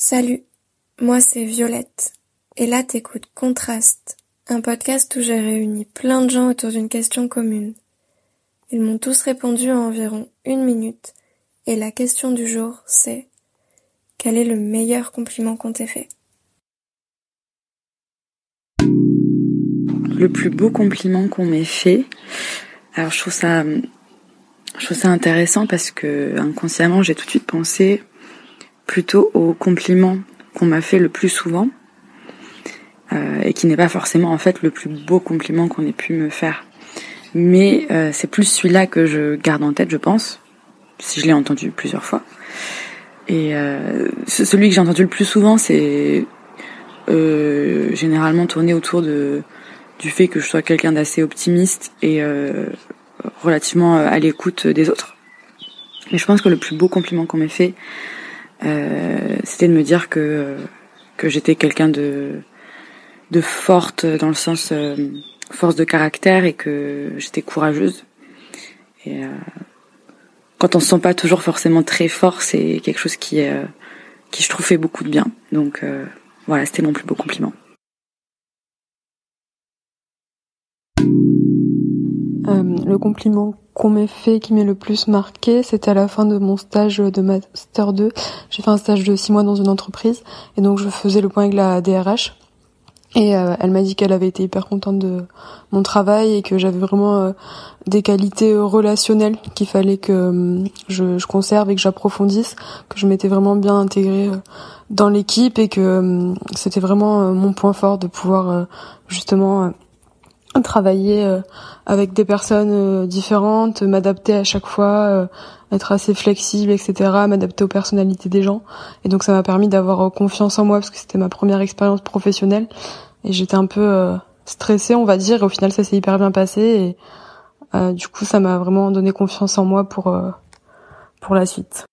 Salut, moi c'est Violette, et là t'écoutes Contraste, un podcast où j'ai réuni plein de gens autour d'une question commune. Ils m'ont tous répondu en environ 1 minute, et la question du jour c'est: quel est le meilleur compliment qu'on t'ait fait? Le plus beau compliment qu'on m'ait fait, alors je trouve ça intéressant parce que inconsciemment j'ai tout de suite pensé plutôt au compliment qu'on m'a fait le plus souvent et qui n'est pas forcément en fait le plus beau compliment qu'on ait pu me faire. Mais c'est plus celui-là que je garde en tête, je pense, si je l'ai entendu plusieurs fois. Et celui que j'ai entendu le plus souvent, c'est généralement tourné autour du fait que je sois quelqu'un d'assez optimiste et relativement à l'écoute des autres. Mais je pense que le plus beau compliment qu'on m'ait fait, c'était de me dire que j'étais quelqu'un de forte dans le sens force de caractère et que j'étais courageuse. Et quand on se sent pas toujours forcément très fort, c'est quelque chose qui je trouve fait beaucoup de bien. Donc voilà, c'était mon plus beau compliment. Le compliment qu'on m'ait fait, qui m'est le plus marqué, c'était à la fin de mon stage de Master 2. J'ai fait un stage de 6 mois dans une entreprise, et donc je faisais le point avec la DRH. Et elle m'a dit qu'elle avait été hyper contente de mon travail et que j'avais vraiment des qualités relationnelles qu'il fallait que je conserve et que j'approfondisse, que je m'étais vraiment bien intégrée dans l'équipe et que c'était vraiment mon point fort de pouvoir justement travailler avec des personnes différentes, m'adapter à chaque fois, être assez flexible, etc., m'adapter aux personnalités des gens. Et donc ça m'a permis d'avoir confiance en moi parce que c'était ma première expérience professionnelle et j'étais un peu stressée, on va dire, et au final ça s'est hyper bien passé et du coup ça m'a vraiment donné confiance en moi pour la suite.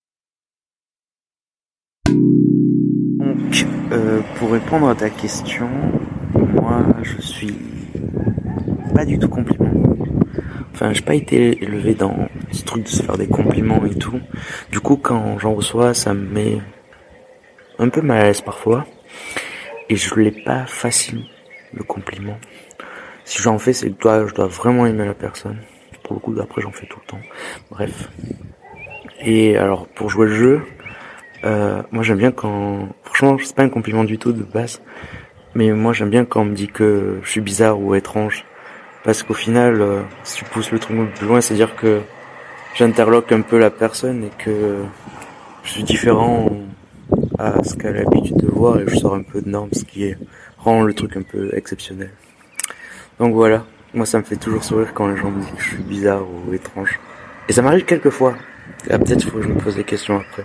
Donc pour répondre à ta question, moi je suis pas du tout compliment. Enfin, j'ai pas été élevé dans ce truc de se faire des compliments et tout. Du coup, quand j'en reçois, ça me met un peu mal à l'aise parfois. Et je l'ai pas facile, le compliment. Si j'en fais, c'est que je dois vraiment aimer la personne. Pour le coup, après, j'en fais tout le temps. Bref. Et alors, pour jouer le jeu, moi j'aime bien quand... Franchement, c'est pas un compliment du tout de base. Mais moi, j'aime bien quand on me dit que je suis bizarre ou étrange. Parce qu'au final, si tu pousses le truc plus loin, c'est-à-dire que j'interloque un peu la personne et que je suis différent à ce qu'elle a l'habitude de voir et je sors un peu de normes, ce qui rend le truc un peu exceptionnel. Donc voilà, moi ça me fait toujours sourire quand les gens me disent que je suis bizarre ou étrange. Et ça m'arrive quelques fois. Peut-être il faut que je me pose des questions après.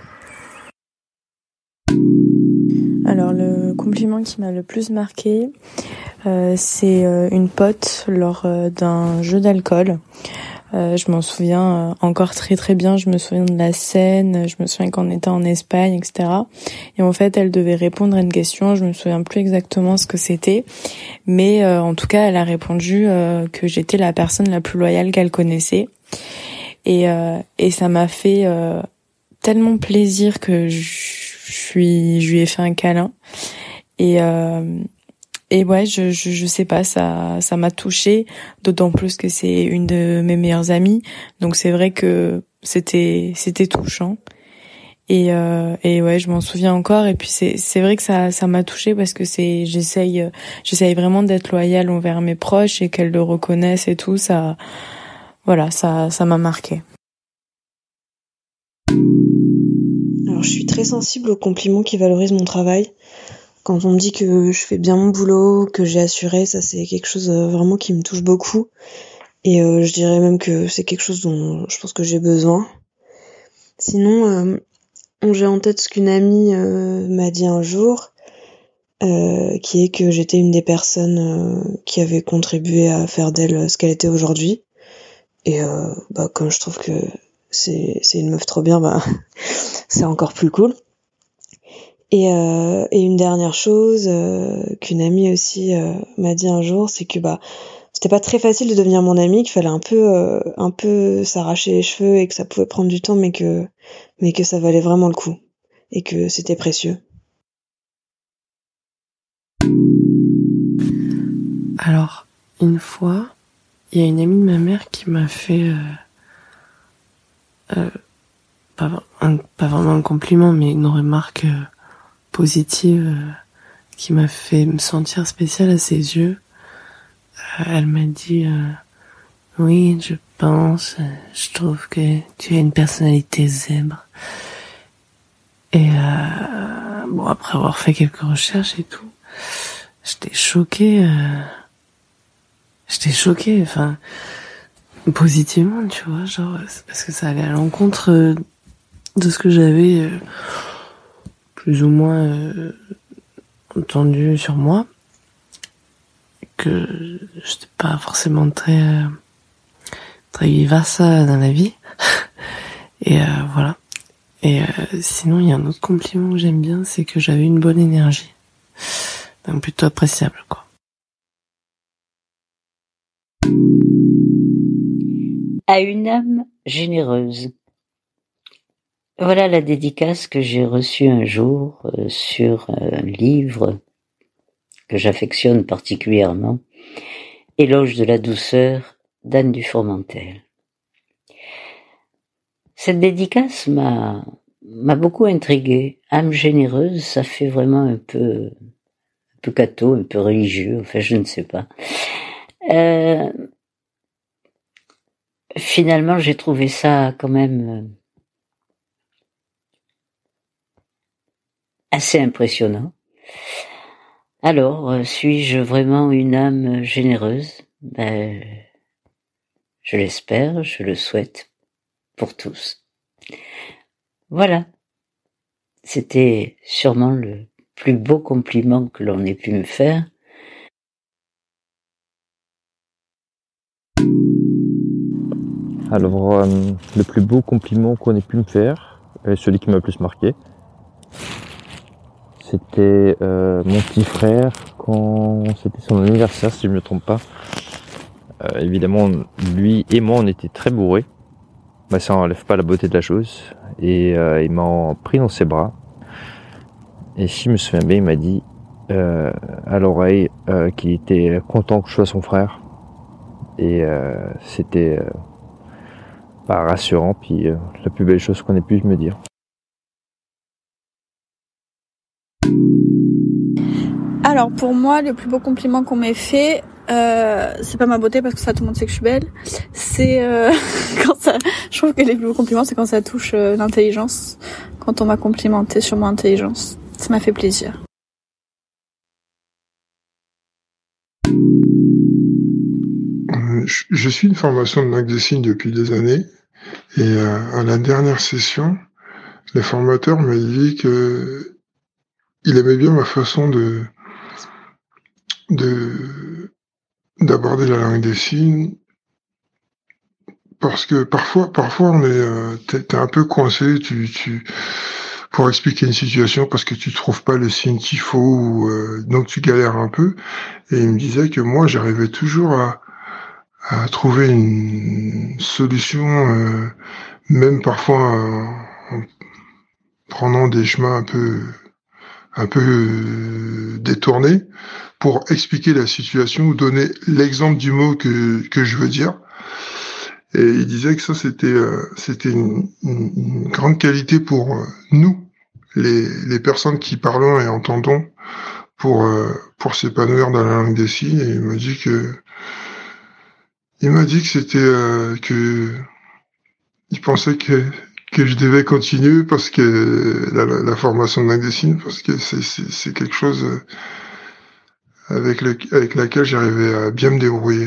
Alors le compliment qui m'a le plus marqué, c'est une pote lors d'un jeu d'alcool. Je m'en souviens encore très très bien, je me souviens de la scène, je me souviens qu'on était en Espagne, etc. Et en fait, elle devait répondre à une question, je me souviens plus exactement ce que c'était, mais en tout cas, elle a répondu que j'étais la personne la plus loyale qu'elle connaissait. Et ça m'a fait tellement plaisir que je lui ai fait un câlin. Et ouais, je sais pas, ça m'a touchée, d'autant plus que c'est une de mes meilleures amies. Donc c'est vrai que c'était touchant. Et ouais, je m'en souviens encore. Et puis c'est vrai que ça m'a touchée parce que j'essaye vraiment d'être loyale envers mes proches et qu'elles le reconnaissent et tout. Ça m'a marqué. Alors je suis très sensible aux compliments qui valorisent mon travail. Quand on me dit que je fais bien mon boulot, que j'ai assuré, ça c'est quelque chose vraiment qui me touche beaucoup. Et je dirais même que c'est quelque chose dont je pense que j'ai besoin. Sinon, j'ai en tête ce qu'une amie m'a dit un jour, qui est que j'étais une des personnes qui avait contribué à faire d'elle ce qu'elle était aujourd'hui. Et comme je trouve que c'est une meuf trop bien, c'est encore plus cool. Et une dernière chose qu'une amie aussi m'a dit un jour, c'est que c'était pas très facile de devenir mon amie, qu'il fallait un peu s'arracher les cheveux et que ça pouvait prendre du temps, mais que ça valait vraiment le coup et que c'était précieux. Alors, une fois, il y a une amie de ma mère qui m'a fait pas vraiment un compliment, mais une remarque positive qui m'a fait me sentir spéciale à ses yeux. Elle m'a dit oui, je trouve que tu as une personnalité zèbre. Et bon, après avoir fait quelques recherches et tout, j'étais choquée, enfin, positivement, tu vois, genre, parce que ça allait à l'encontre de ce que j'avais plus ou moins entendu sur moi, que j'étais pas forcément très vivace dans la vie. Et voilà. Et sinon, il y a un autre compliment que j'aime bien, c'est que j'avais une bonne énergie. Donc plutôt appréciable, quoi. À une âme généreuse. Voilà la dédicace que j'ai reçue un jour sur un livre que j'affectionne particulièrement, Éloge de la douceur d'Anne Dufourmentel. Cette dédicace m'a beaucoup intriguée. Âme généreuse, ça fait vraiment un peu catho, un peu religieux, enfin je ne sais pas. Finalement, j'ai trouvé ça quand même assez impressionnant. Alors, suis-je vraiment une âme généreuse ? Je l'espère, je le souhaite pour tous. Voilà. C'était sûrement le plus beau compliment que l'on ait pu me faire. Alors, le plus beau compliment qu'on ait pu me faire, et celui qui m'a le plus marqué, c'était mon petit frère quand c'était son anniversaire, si je ne me trompe pas. Évidemment, lui et moi, on était très bourrés. Mais ça n'enlève pas la beauté de la chose. Et il m'a pris dans ses bras. Et si je me souviens bien, il m'a dit à l'oreille qu'il était content que je sois son frère. Et c'était rassurant, puis la plus belle chose qu'on ait pu me dire. Alors pour moi, le plus beau compliment qu'on m'ait fait, c'est pas ma beauté parce que ça tout le monde sait que je suis belle. C'est quand ça. Je trouve que les plus beaux compliments, c'est quand ça touche l'intelligence. Quand on m'a complimenté sur mon intelligence, ça m'a fait plaisir. Je suis une formation de Mac Dessin depuis des années et à la dernière session, le formateur m'a dit que il aimait bien ma façon d'aborder la langue des signes parce que parfois on est t'es un peu coincé pour expliquer une situation parce que tu trouves pas le signe qu'il faut ou donc tu galères un peu, et il me disait que moi j'arrivais toujours à trouver une solution, même parfois en prenant des chemins un peu détournés pour expliquer la situation ou donner l'exemple du mot que je veux dire. Et il disait que ça c'était une grande qualité pour nous, les personnes qui parlons et entendons, pour s'épanouir dans la langue des signes. Et il m'a dit que c'était que il pensait que je devais continuer parce que la formation de langue des signes, parce que c'est quelque chose avec laquelle j'arrivais à bien me débrouiller.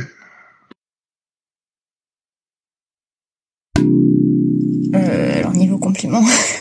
Alors niveau compliment,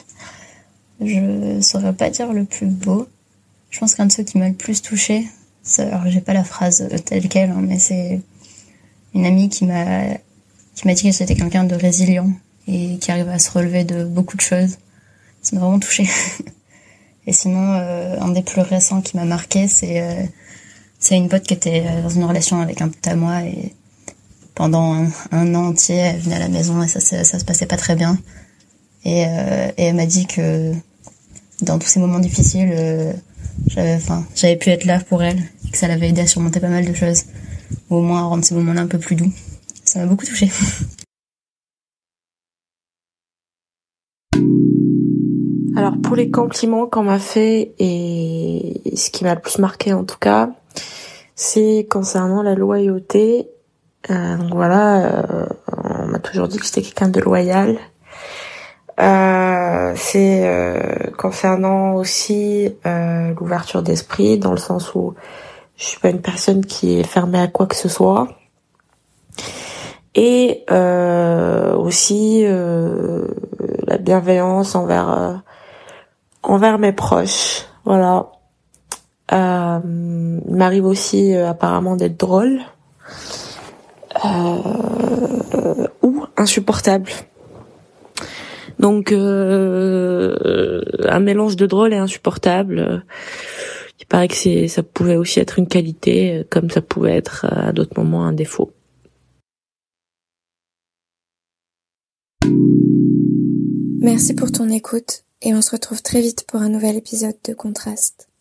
je saurais pas dire le plus beau. Je pense qu'un de ceux qui m'a le plus touchée, alors j'ai pas la phrase telle quelle, hein, mais c'est une amie qui m'a dit que c'était quelqu'un de résilient et qui arrive à se relever de beaucoup de choses. Ça m'a vraiment touchée. Et sinon, un des plus récents qui m'a marqué, c'est une pote qui était dans une relation avec un pote à moi, et pendant un an entier, elle venait à la maison et ça se passait pas très bien. Et elle m'a dit que dans tous ces moments difficiles, j'avais pu être là pour elle, et que ça l'avait aidé à surmonter pas mal de choses, ou au moins à rendre ces moments-là un peu plus doux. Ça m'a beaucoup touchée. Alors pour les compliments qu'on m'a fait et ce qui m'a le plus marqué en tout cas, c'est concernant la loyauté. Donc voilà, on m'a toujours dit que j'étais quelqu'un de loyal. C'est concernant aussi l'ouverture d'esprit, dans le sens où je suis pas une personne qui est fermée à quoi que ce soit. Et aussi la bienveillance envers mes proches. Voilà. Il m'arrive aussi apparemment d'être drôle ou insupportable. Donc un mélange de drôle et insupportable. Il paraît que ça pouvait aussi être une qualité, comme ça pouvait être à d'autres moments un défaut. Merci pour ton écoute et on se retrouve très vite pour un nouvel épisode de Contraste.